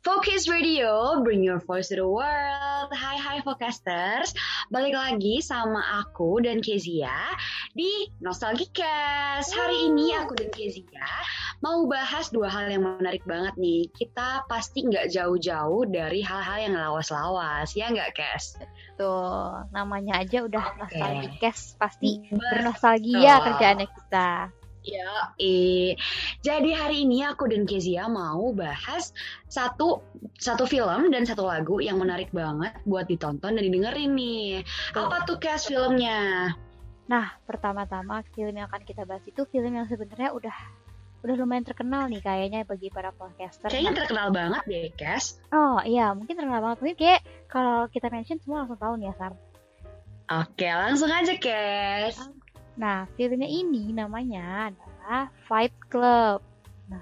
Focus Radio, bring your voice to the world. Hai Focasters, balik lagi sama aku dan Kezia di Nostalgicast. Hari ini aku dan Kezia mau bahas dua hal yang menarik banget nih. Kita pasti nggak jauh-jauh dari hal-hal yang lawas-lawas, ya nggak, Kes? Tuh, namanya aja udah Oke. Nostalgicast, pasti Betul. bernostalgia kerjaannya kita. Ya, jadi hari ini aku dan Kezia mau bahas satu film dan satu lagu yang menarik banget buat ditonton dan didengerin nih. Apa tuh, Kes, filmnya? Nah, pertama-tama film yang akan kita bahas itu film yang sebenarnya udah lumayan terkenal nih kayaknya bagi para podcaster. Kayaknya terkenal banget deh, Kes. Oh iya, mungkin terkenal banget. Mungkin kayak kalau kita mention semua langsung tahu nih ya, Sar. Oke, langsung aja, Kes. Nah, filmnya ini namanya adalah Fight Club. Nah,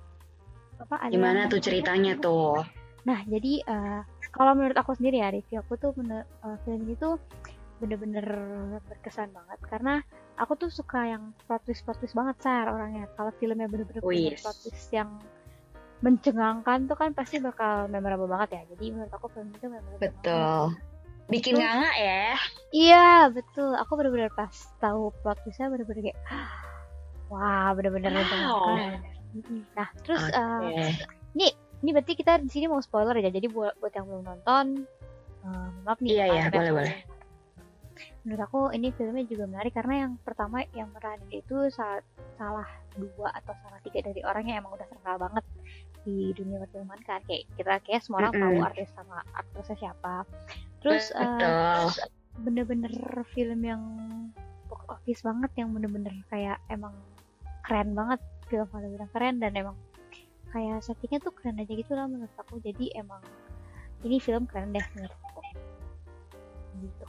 gimana tuh ceritanya tuh? Nah, jadi kalau menurut aku sendiri ya, review aku tuh film ini tuh bener-bener berkesan banget karena aku tuh suka yang plot twist banget, Sar, orangnya. Kalau filmnya bener-bener punya plot twist yang mencengangkan tuh kan pasti bakal memorable banget ya. Jadi menurut aku film itu memorable. Betul. Bikin nganga ya? Iya, betul. Aku bener-bener pas tahu plot twistnya bener-bener kayak wah, bener-bener mencengangkan. Nah, terus ini berarti kita di sini mau spoiler ya. Jadi buat yang belum nonton, maaf nih. Iya, boleh. Menurut aku ini filmnya juga menarik karena yang pertama yang meranin itu salah 2 atau salah 3 dari orang yang emang udah terkenal banget di dunia perfilman kan. Kayak semua orang tahu artis sama aktrisnya siapa. Terus bener-bener film yang box office banget, yang bener-bener kayak emang keren banget, film bener-bener keren dan emang kayak settingnya tuh keren aja gitu lah menurut aku. Jadi emang ini film keren deh menurut aku. Gitu.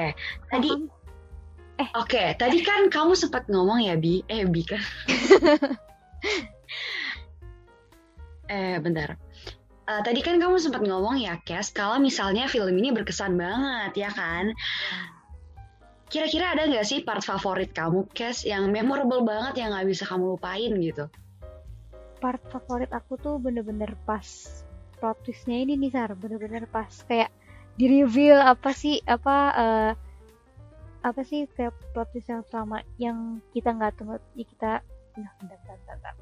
Tadi kan kamu sempat ngomong ya, Bi kan. Bentar. Tadi kan kamu sempat ngomong ya, Kes, kalau misalnya film ini berkesan banget, ya kan? Kira-kira ada nggak sih part favorit kamu, Kes, yang memorable banget yang nggak bisa kamu lupain gitu? Part favorit aku tuh bener-bener pas plot twistnya ini nih, Sar. Bener-bener pas kayak di reveal apa sih kayak plot twist yang selama yang kita nggak tunggu, ya kita bentar.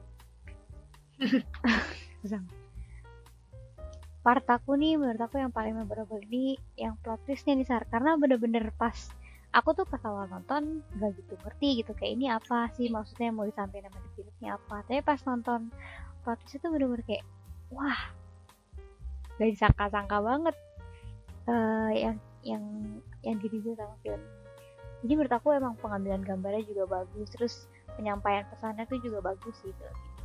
Part aku nih, menurut aku yang paling memorable ini yang plot twistnya nih, Sar, karena bener-bener pas aku tuh pas awal nonton gak gitu ngerti gitu kayak ini apa sih maksudnya mau disampaikan sama di filmnya apa, tapi pas nonton plot twist itu bener-bener kayak wah, gak disangka-sangka banget yang dirilis sama film. Jadi menurut aku emang pengambilan gambarnya juga bagus, terus penyampaian pesannya tuh juga bagus gitu.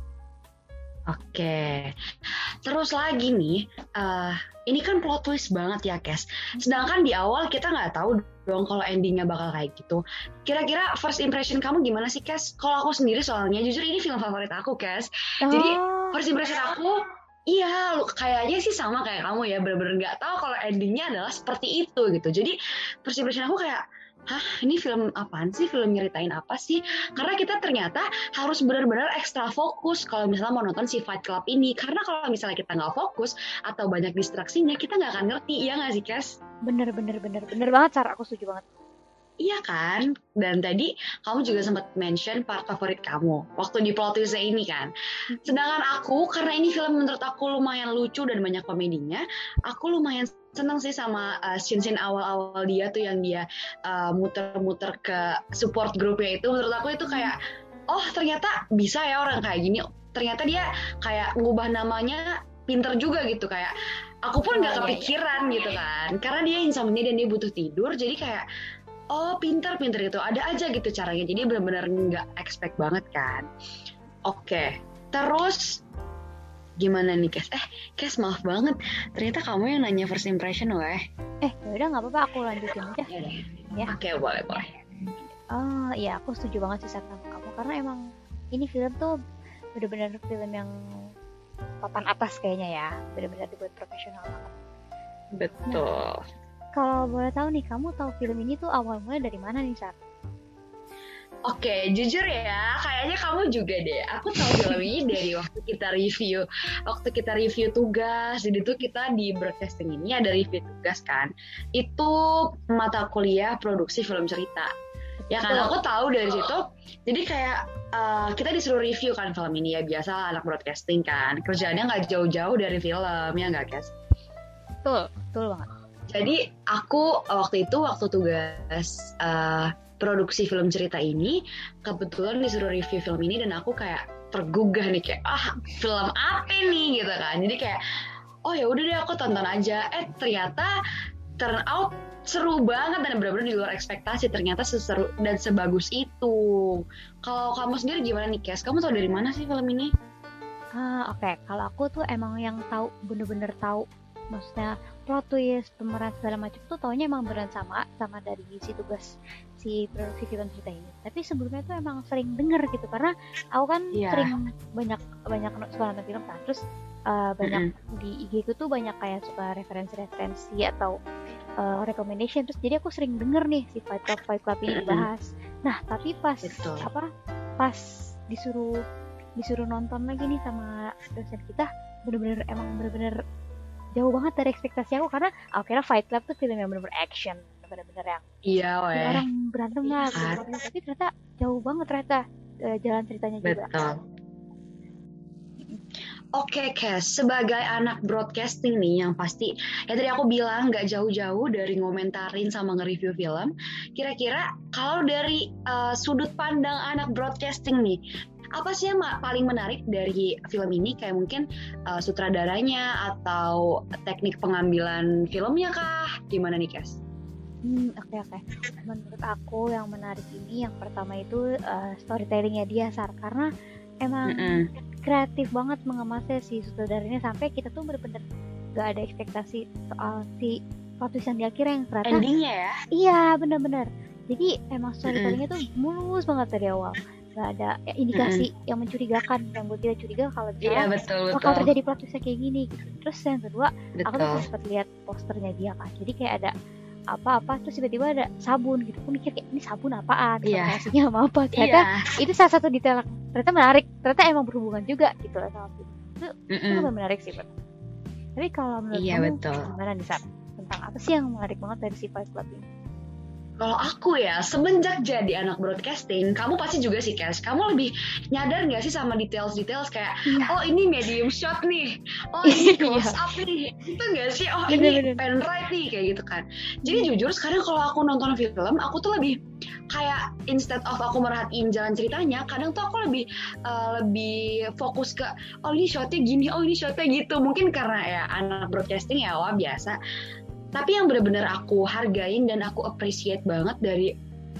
Oke. Terus lagi nih, ini kan plot twist banget ya, Kes. Sedangkan di awal kita nggak tahu dong kalau endingnya bakal kayak gitu. Kira-kira first impression kamu gimana sih, Kes? Kalau aku sendiri soalnya, jujur ini film favorit aku, Kes. Jadi first impression aku, iya, kayaknya sih sama kayak kamu ya, bener-bener nggak tahu kalau endingnya adalah seperti itu gitu. Jadi first impression aku kayak, ini film apaan sih? Film nyeritain apa sih? Karena kita ternyata harus benar-benar ekstra fokus kalau misalnya mau nonton si Fight Club ini. Karena kalau misalnya kita nggak fokus atau banyak distraksinya, kita nggak akan ngerti, ya nggak sih, Kes? Bener banget, Cara. Aku setuju banget. Iya kan? Dan tadi kamu juga sempat mention part favorit kamu waktu di plot twist ini kan. Sedangkan aku, karena ini film menurut aku lumayan lucu dan banyak komedinya, aku lumayan seneng sih sama scene-scene awal-awal dia tuh yang dia muter-muter ke support grupnya itu. Menurut aku itu kayak, oh ternyata bisa ya orang kayak gini. Ternyata dia kayak ngubah namanya pinter juga gitu, kayak aku pun nggak kepikiran gitu kan. Karena dia insomnia dan dia butuh tidur, jadi kayak oh pinter gitu, ada aja gitu caranya. Jadi benar-benar nggak expect banget kan. Oke, terus gimana nih, Kes? Kes, maaf banget, ternyata kamu yang nanya first impression weh. Yaudah nggak apa-apa, aku lanjutin aja ya. Oke, boleh. Iya, aku setuju banget sih sama kamu karena emang ini film tuh benar-benar film yang papan atas kayaknya ya, benar-benar dibuat profesional banget. Betul. Kalau boleh tahu nih, kamu tahu film ini tuh awal mulai dari mana nih, Sar? Oke, jujur ya, kayaknya kamu juga deh. Aku tahu film ini dari waktu kita review tugas. Jadi tuh kita di broadcasting ini ada review tugas kan. Itu mata kuliah produksi film cerita. Ya kan, aku tahu dari situ. Jadi kayak kita disuruh review kan film ini ya, biasa anak broadcasting kan. Kerjaannya nggak jauh-jauh dari film, ya nggak, Kes? Betul banget. Jadi aku waktu tugas produksi film cerita ini kebetulan disuruh review film ini dan aku kayak tergugah nih kayak film apa nih gitu kan. Jadi kayak oh ya udah deh aku tonton aja. Ternyata turn out seru banget dan benar-benar di luar ekspektasi. Ternyata seseru dan sebagus itu. Kalau kamu sendiri gimana nih, Kes? Kamu tahu dari mana sih film ini? Oke. Kalau aku tuh emang yang tahu, bener-bener tahu, maksudnya plot twist, pemeran segala macam tuh taunya emang beneran sama dari si tugas si produksi film cerita ini. Tapi sebelumnya tuh emang sering denger gitu karena aku kan sering banyak suka nonton film kan. Terus banyak di IG ku tuh banyak kayak suka referensi atau recommendation. Terus jadi aku sering denger nih si Fight Club ini dibahas. Nah tapi pas disuruh nonton lagi nih sama dosen kita, bener-bener jauh banget dari ekspektasi aku karena aku kira Fight Club tuh film yang bener-bener action, bener-bener yang orang berantem lah gitu. Tapi ternyata jauh banget jalan ceritanya juga. Betul. Oke, Kes, sebagai anak broadcasting nih yang pasti ya tadi aku bilang nggak jauh-jauh dari ngomentarin sama nge-review film. Kira-kira kalau dari sudut pandang anak broadcasting nih, apa sih yang paling menarik dari film ini? Kayak mungkin sutradaranya atau teknik pengambilan filmnya kah? Gimana nih, Kes? Oke. Menurut aku yang menarik ini yang pertama itu storytellingnya dia, Sar. Karena emang kreatif banget mengemasnya si sutradaranya sampai kita tuh bener-bener gak ada ekspektasi soal si plot twist yang di akhir yang ternyata endingnya ya? Iya, bener-bener. Jadi emang storytellingnya tuh mulus banget dari awal. Gak ada indikasi yang mencurigakan yang buat kita curiga kalau betul. bakal terjadi plot twistnya kayak gini gitu. Terus yang kedua, aku tuh sempat lihat posternya dia kan. Jadi kayak ada apa-apa terus tiba-tiba ada sabun gitu. Aku mikir kayak ini sabun apaan? Kombinasinya sama apa? Ternyata itu salah satu detail ternyata menarik. Ternyata emang berhubungan juga gitu lah sama film. Itu lebih menarik sih, betul. Tapi kalau menurut kamu gimana nih, Sar? Tentang apa sih yang menarik banget dari si Fight Club ini? Kalau aku ya, semenjak jadi anak broadcasting, kamu pasti juga sih, Kes. Kamu lebih nyadar nggak sih sama details-details kayak, oh ini medium shot nih, oh ini close up nih, itu nggak sih? Oh ini pen right nih, kayak gitu kan. Jadi jujur sekarang kalau aku nonton film, aku tuh lebih kayak instead of aku merhatiin jalan ceritanya, kadang tuh aku lebih fokus ke, oh ini shotnya gini, oh ini shotnya gitu. Mungkin karena ya anak broadcasting ya, wah biasa. Tapi yang benar-benar aku hargain dan aku appreciate banget dari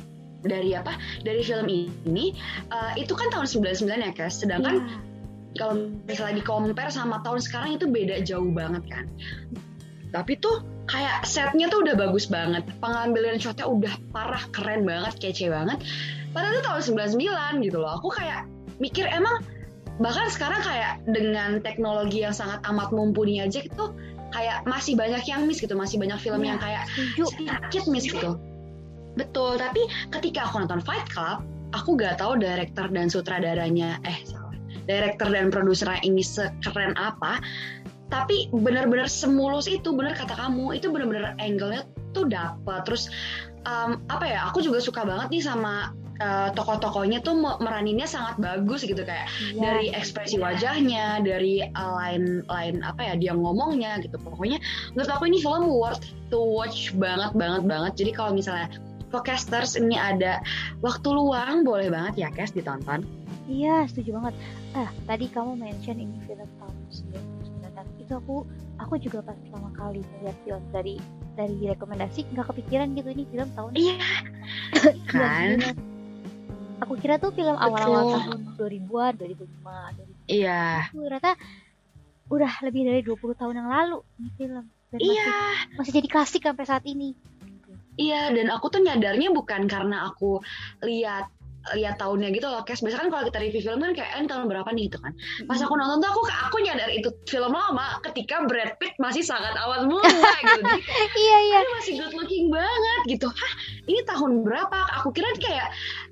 film ini itu kan tahun 99 ya, Kes. Sedangkan kalau misalnya di-compare sama tahun sekarang itu beda jauh banget kan. Tapi tuh kayak setnya tuh udah bagus banget. Pengambilan shotnya udah parah, keren banget, kece banget. Padahal itu tahun 99 gitu loh. Aku kayak mikir emang bahkan sekarang kayak dengan teknologi yang sangat amat mumpuni aja itu kayak masih banyak yang miss gitu, masih banyak film yang kayak sedikit miss gitu. Betul, tapi ketika aku nonton Fight Club, aku gak tahu director dan sutradaranya, director dan produsernya ini sekeren apa, tapi benar-benar semulus itu, benar kata kamu, itu benar-benar angle-nya tuh dapet. Terus aku juga suka banget nih sama tokoh-tokohnya tuh meraninnya sangat bagus gitu, kayak dari ekspresi wajahnya, dari line dia ngomongnya gitu. Pokoknya menurut aku ini film worth to watch banget. Jadi kalau misalnya podcasters ini ada waktu luang, boleh banget ya, Kes, ditonton. Iya, setuju banget. Tadi kamu mention ini film tahun 1999. Itu aku juga pas pertama kali melihat film dari rekomendasi nggak kepikiran gitu ini film tahun kan. Aku kira tuh film awal-awal tahun 2000-an, 2005, 2000. Iya. Ternyata udah lebih dari 20 tahun yang lalu ini film. Dan masih jadi klasik sampai saat ini. Iya, dan aku tuh nyadarnya bukan karena aku lihat tahunnya gitu loh, Kes. Biasanya kan kalau kita review film kan kayak ini tahun berapa nih gitu kan. Pas aku nonton tuh aku nyadar itu film lama ketika Brad Pitt masih sangat awal muda gitu. Jadi kayak, masih good looking banget gitu. Ini tahun berapa? Aku kira kayak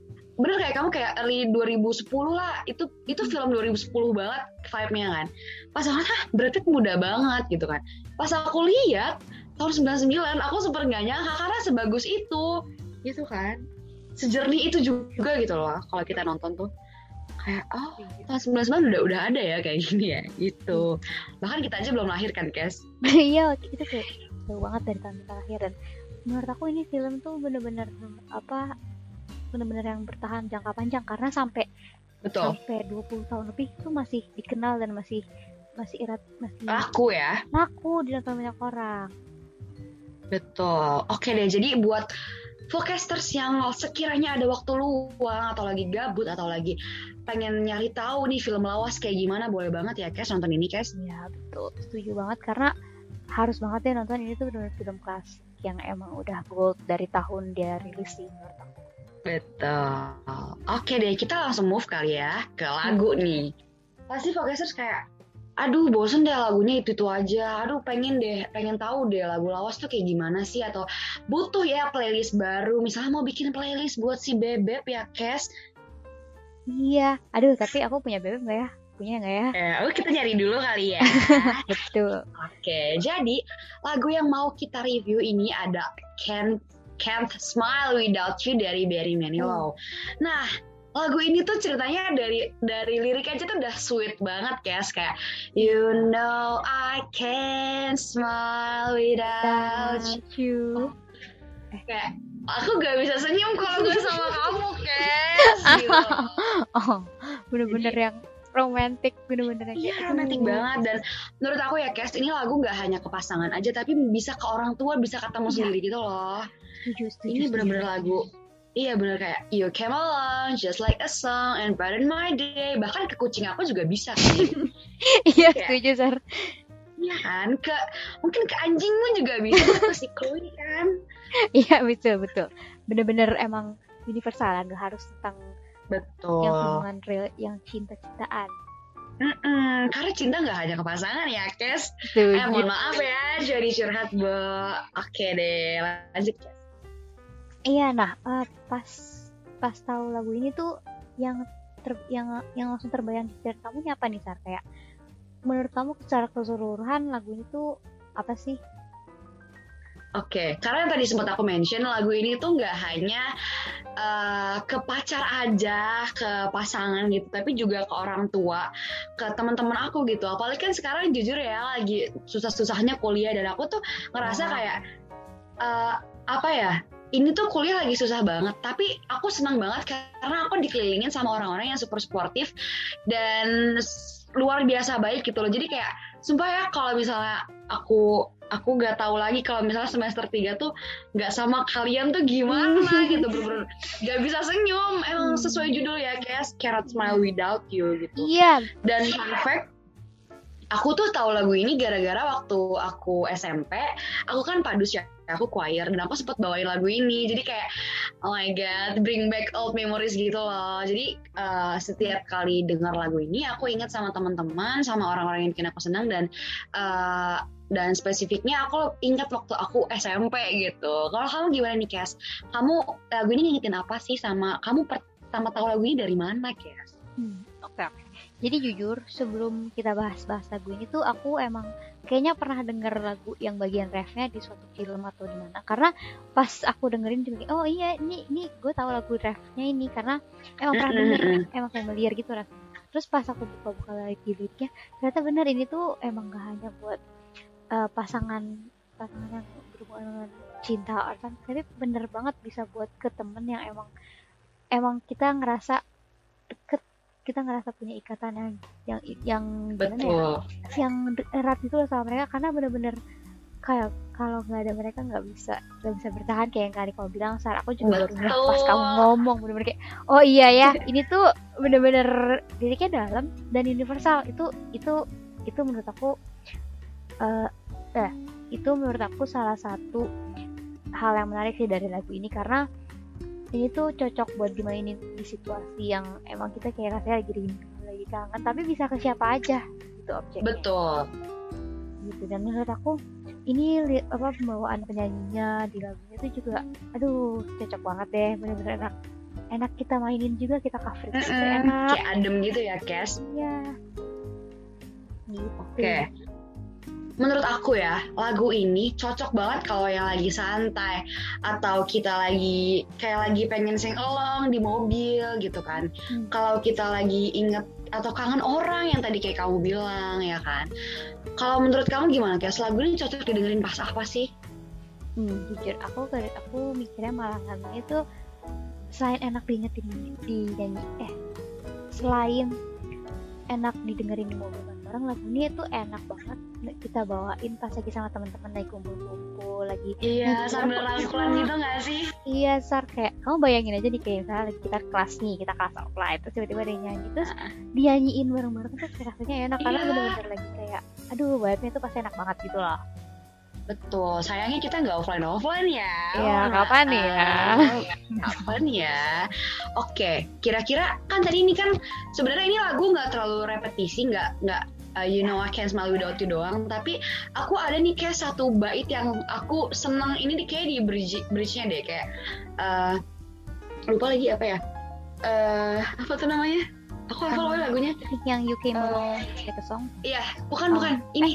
bener kayak kamu kayak early 2010 lah, itu film 2010 banget vibe-nya kan. Pas aku Brad Pitt muda banget gitu kan. Pas aku lihat tahun 99 aku super nggak nyangka karena sebagus itu gitu kan, sejernih itu juga gitu loh kalau kita nonton tuh kayak tahun 99 udah ada ya kayak gini ya gitu. Bahkan kita aja belum lahir kan Kes. Iya, itu kayak jauh banget dari tahun terakhir. Dan menurut aku ini film tuh bener-bener yang bertahan jangka panjang karena sampai 20 tahun lebih itu masih dikenal dan masih erat, masih laku ditonton banyak orang. Betul. Oke deh, jadi buat Vlogcasters yang sekiranya ada waktu luang atau lagi gabut atau lagi pengen nyari tahu nih film lawas kayak gimana, boleh banget ya Kes nonton ini Kes. Ya betul, setuju banget karena harus banget ya nonton ini tuh benar-benar film klasik yang emang udah gold dari tahun dia rilis sih menurut aku. Betul. Oke deh, kita langsung move kali ya ke lagu nih. Pasti Vlogcasters kayak aduh bosen deh lagunya itu aja, aduh pengen tahu deh lagu lawas tuh kayak gimana sih, atau butuh ya playlist baru, misalnya mau bikin playlist buat si Bebek ya Kes. Iya, aduh tapi aku punya Bebek nggak ya? Punya nggak ya? Kita nyari dulu kali ya. Betul. Oke, jadi lagu yang mau kita review ini ada Can't Smile Without You dari Barry Manilow. Nah, lagu ini tuh ceritanya dari lirik aja tuh udah sweet banget Kes, kayak you know I can't smile without you. Kayak aku gak bisa senyum kalau gak sama kamu Kes gitu. Bener-bener yang romantis, bener-bener yang romantis banget. Dan menurut aku ya Kes, ini lagu gak hanya ke pasangan aja tapi bisa ke orang tua, bisa ke teman sendiri gitu loh. Ini bener-bener lagu. Iya bener kayak you came along just like a song and brighten my day. Bahkan ke kucing aku juga bisa kan. Iya setuju Sar. Iya kan, mungkin ke anjingmu juga bisa, ke si Chloe kan. Iya betul. Bener-bener emang universal, gak harus tentang yang hubungan real, yang cinta-cintaan. Karena cinta gak hanya ke pasangan ya Kes. Mohon maaf ya jadi curhat Bu. Oke deh, lanjut Kes. Iya, nah pas tahu lagu ini tuh yang langsung terbayang di pikiran kamu apa nih Sar? Kayak menurut kamu secara keseluruhan lagu ini tuh apa sih? Oke, karena yang tadi sempat aku mention, lagu ini tuh nggak hanya ke pacar aja, ke pasangan gitu, tapi juga ke orang tua, ke teman-teman aku gitu. Apalagi kan sekarang jujur ya lagi susah-susahnya kuliah, dan aku tuh ngerasa kayak apa ya? Ini tuh kuliah lagi susah banget, tapi aku senang banget karena aku dikelilingin sama orang-orang yang super sportif dan luar biasa baik gitu loh. Jadi kayak sumpah ya, kalau misalnya aku gak tahu lagi kalau misalnya semester 3 tuh gak sama kalian tuh gimana gitu, bener-bener gak bisa senyum. Emang sesuai judul ya, kayak Cannot Smile Without You gitu. Iya. Dan fun fact, aku tuh tahu lagu ini gara-gara waktu aku SMP, aku kan padus ya, aku choir, dan aku sempat bawain lagu ini. Jadi kayak oh my god, bring back old memories gitu loh. Jadi setiap kali dengar lagu ini aku ingat sama teman-teman, sama orang-orang yang bikin aku senang, dan spesifiknya aku ingat waktu aku SMP gitu. Kalau kamu gimana nih Kes? Kamu lagu ini ngingetin apa sih, sama kamu pertama tahu lagu ini dari mana Kes? Oke. Jadi jujur sebelum kita bahas lagu ini tuh aku emang kayaknya pernah denger lagu yang bagian refnya di suatu film atau di mana. Karena pas aku dengerin juga, oh iya ini gue tahu lagu refnya ini karena emang pernah denger, emang familiar gitu rasanya. Terus pas aku buka-buka lagi liriknya, ternyata bener ini tuh emang gak hanya buat pasangan yang berhubungan dengan cinta orang, tapi bener banget bisa buat ke temen yang emang kita ngerasa deket, kita ngerasa punya ikatan yang gimana ya, yang erat itu loh sama mereka, karena bener-bener kayak kalau nggak ada mereka nggak bisa bertahan, kayak yang tadi kamu bilang Sar. Aku juga baru bilang pas kamu ngomong bener-bener kayak oh iya ya, ini tuh bener-bener liriknya dalam dan universal. Itu menurut aku itu menurut aku salah satu hal yang menarik sih dari lagu ini, karena ini tuh cocok buat dimainin di situasi yang emang kita kayak rasanya lagi rindu, lagi kangen, tapi bisa ke siapa aja gitu objeknya. Betul. Gitu. Dan menurut aku ini pembawaan penyanyinya di lagunya tuh juga aduh cocok banget deh, bener-bener enak kita mainin juga, kita cover itu enak. Kayak adem gitu ya, Kes. Iya. Gitu. Oke. Menurut aku ya, lagu ini cocok banget kalau yang lagi santai atau kita lagi kayak lagi pengen sing along di mobil gitu kan. Kalau kita lagi inget atau kangen orang yang tadi kayak kamu bilang ya kan. Kalau menurut kamu gimana, Kes? Lagu ini cocok didengerin pas apa sih? Jujur aku mikirnya malah lagu itu selain enak diingetin dinyanyi, selain enak didengerin di mobil bareng, lagu ini tuh enak banget kita bawain pas lagi sama teman-teman lagi kumpul-kumpul lagi. Iya, sambil rangkulan gitu nggak sih? Iya, Sar, kayak kamu bayangin aja nih kayak misalnya lagi kita kelas offline, terus tiba-tiba ada yang nyanyi, terus dinyanyiin bareng-bareng tuh rasanya enak karena bener-bener lagi kayak, aduh, vibe-nya tuh pasti enak banget gitu loh. Betul, sayangnya kita nggak offline ya. Iya, kapan ya? Kapan ya? Oke, kira-kira kan tadi ini kan sebenarnya ini lagu nggak terlalu repetisi, nggak You Know I Can't Smile Without You doang, tapi aku ada nih kayak satu bait yang aku seneng, ini kayak di bridge-nya deh, kayak lupa lagi apa ya, apa tuh namanya, aku hafal lagunya yang You Came Along Like a Song. Iya, bukan ini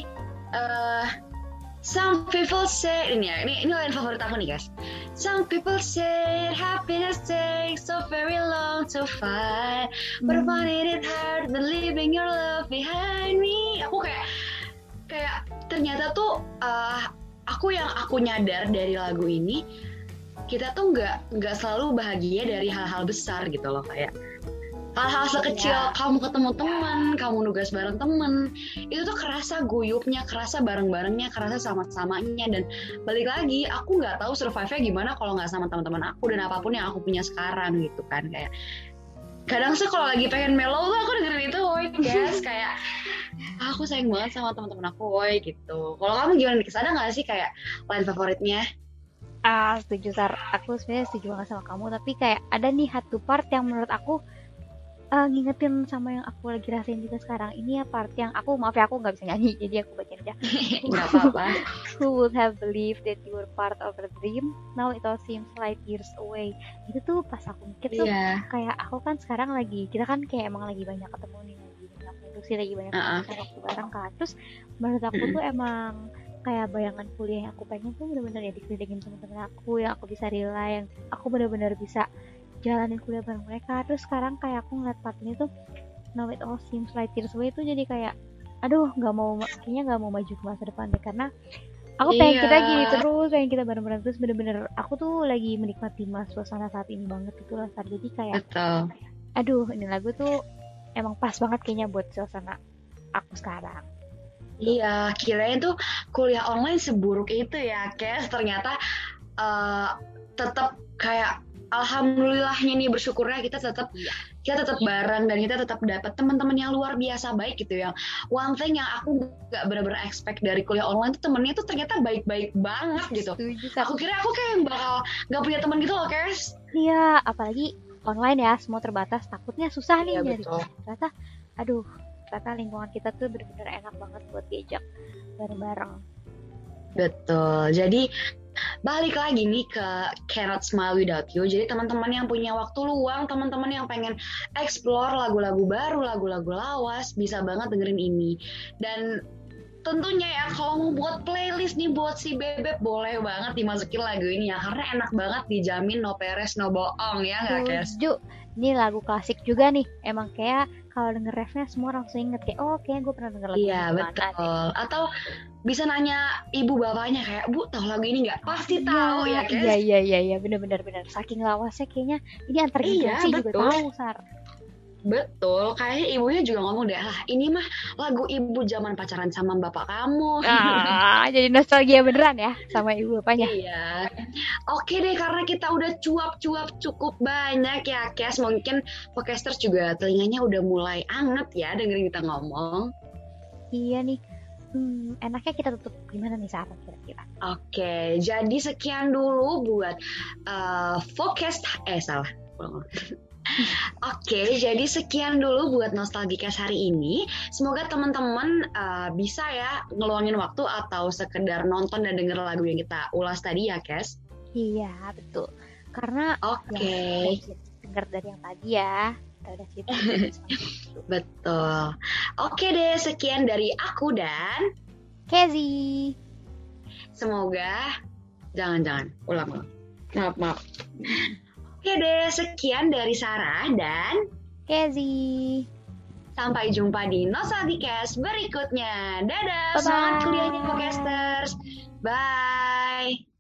Some people say, ini lain favorit aku nih, guys. Some people say happiness takes so very long to find, but I find it hard than leaving your love behind me. Aku kayak ternyata tuh aku nyadar dari lagu ini, kita tuh nggak selalu bahagia dari hal-hal besar gitu loh, kayak hal-hal sekecil, kamu ketemu teman, kamu nugas bareng teman, itu tuh kerasa guyupnya, kerasa bareng-barengnya, kerasa sama-samanya. Dan balik lagi, aku nggak tahu survive-nya gimana kalau nggak sama teman-teman aku dan apapun yang aku punya sekarang gitu kan. Kayak kadang sih kalau lagi pengen mellow tuh aku dengerin itu, woy guys, kayak aku sayang banget sama teman-teman aku, woy gitu. Kalau kamu gimana nih? Ada nggak sih kayak lain favoritnya? Setuju, Sar. Aku sebenarnya setuju banget sama kamu, tapi kayak ada nih satu part yang menurut aku ngingetin sama yang aku lagi rasain juga sekarang. Ini ya part yang aku nggak bisa nyanyi, jadi aku bacain aja. Nggak apa-apa. Who would have believed that you were part of a dream? Now it all seems like years away. Itu tuh pas aku mikir tuh kayak aku kan sekarang kita kan kayak emang lagi banyak ketemu nih, lagi banyak produksi, lagi banyak waktu bareng kan. Terus menurut aku tuh emang kayak bayangan kuliah yang aku pengen tuh bener-bener ya dikelilingin teman-teman aku yang aku bisa rely, yang aku bener-bener bisa jalanin kuliah bareng mereka. Terus sekarang kayak aku ngeliat part ini tuh Now It All Seems Like Years Away tuh jadi kayak aduh kayaknya nggak mau maju ke masa depan deh, karena aku pengen kita gini terus, pengen kita bareng-bareng terus, bener-bener aku tuh lagi menikmati suasana saat ini banget gitu lah. Jadi kayak aduh, ini lagu tuh emang pas banget kayaknya buat suasana aku sekarang. Iya, kirain tuh kuliah online seburuk itu ya, Kes. Ternyata tetap kayak alhamdulillahnya nih, bersyukurnya kita tetap bareng dan kita tetap dapat teman-teman yang luar biasa baik gitu. Yang one thing yang aku nggak benar-benar expect dari kuliah online tuh temennya tuh ternyata baik-baik banget gitu. Aku kira aku kayak bakal nggak punya teman gitu loh, Kes. Iya, apalagi online ya, semua terbatas, takutnya susah nih nyari. Ternyata lingkungan kita tuh benar-benar enak banget buat diajak bareng-bareng. Betul. Jadi balik lagi nih ke Cannot Smile Without You. Jadi teman-teman yang punya waktu luang, teman-teman yang pengen explore lagu-lagu baru, lagu-lagu lawas, bisa banget dengerin ini. Dan tentunya ya kalau mau buat playlist nih buat si Bebek, boleh banget dimasukin lagu ini ya, karena enak banget, dijamin no peres no bohong ya nggak, Kes? Setuju. Ini lagu klasik juga nih, emang kayak kalau denger refnya semua langsung inget kayak kayak gue pernah denger lagu ini. Iya betul. Atau bisa nanya ibu bapaknya kayak, Bu tahu lagu ini nggak? Pasti tahu ya, Kes? Iya bener. Saking lawasnya kayaknya ini antar generasi juga tahu, Sar. Betul, kayaknya ibunya juga ngomong deh, ini mah lagu ibu zaman pacaran sama bapak kamu. Jadi nostalgia beneran ya sama ibu bapaknya. Iya. Oke deh, karena kita udah cuap-cuap cukup banyak ya, Kes. Mungkin podcasters juga telinganya udah mulai anget ya dengerin kita ngomong. Iya nih. Enaknya kita tutup gimana nih, Sarah, kira-kira? Oke, jadi sekian dulu buat Oke, jadi sekian dulu buat Nostalgikas hari ini. Semoga teman-teman bisa ya ngeluangin waktu atau sekedar nonton dan denger lagu yang kita ulas tadi ya, Kes. Iya, betul. Karena dengar dari yang tadi ya. Kita udah cerita. Betul. Oke deh, sekian dari aku dan Kezi. semoga jangan ulang. Maaf. Oke deh, sekian dari Sarah dan Kezi. sampai jumpa di Nostalgicast berikutnya. Dadah, Bye-bye. semangat kuliahnya podcasters. Bye.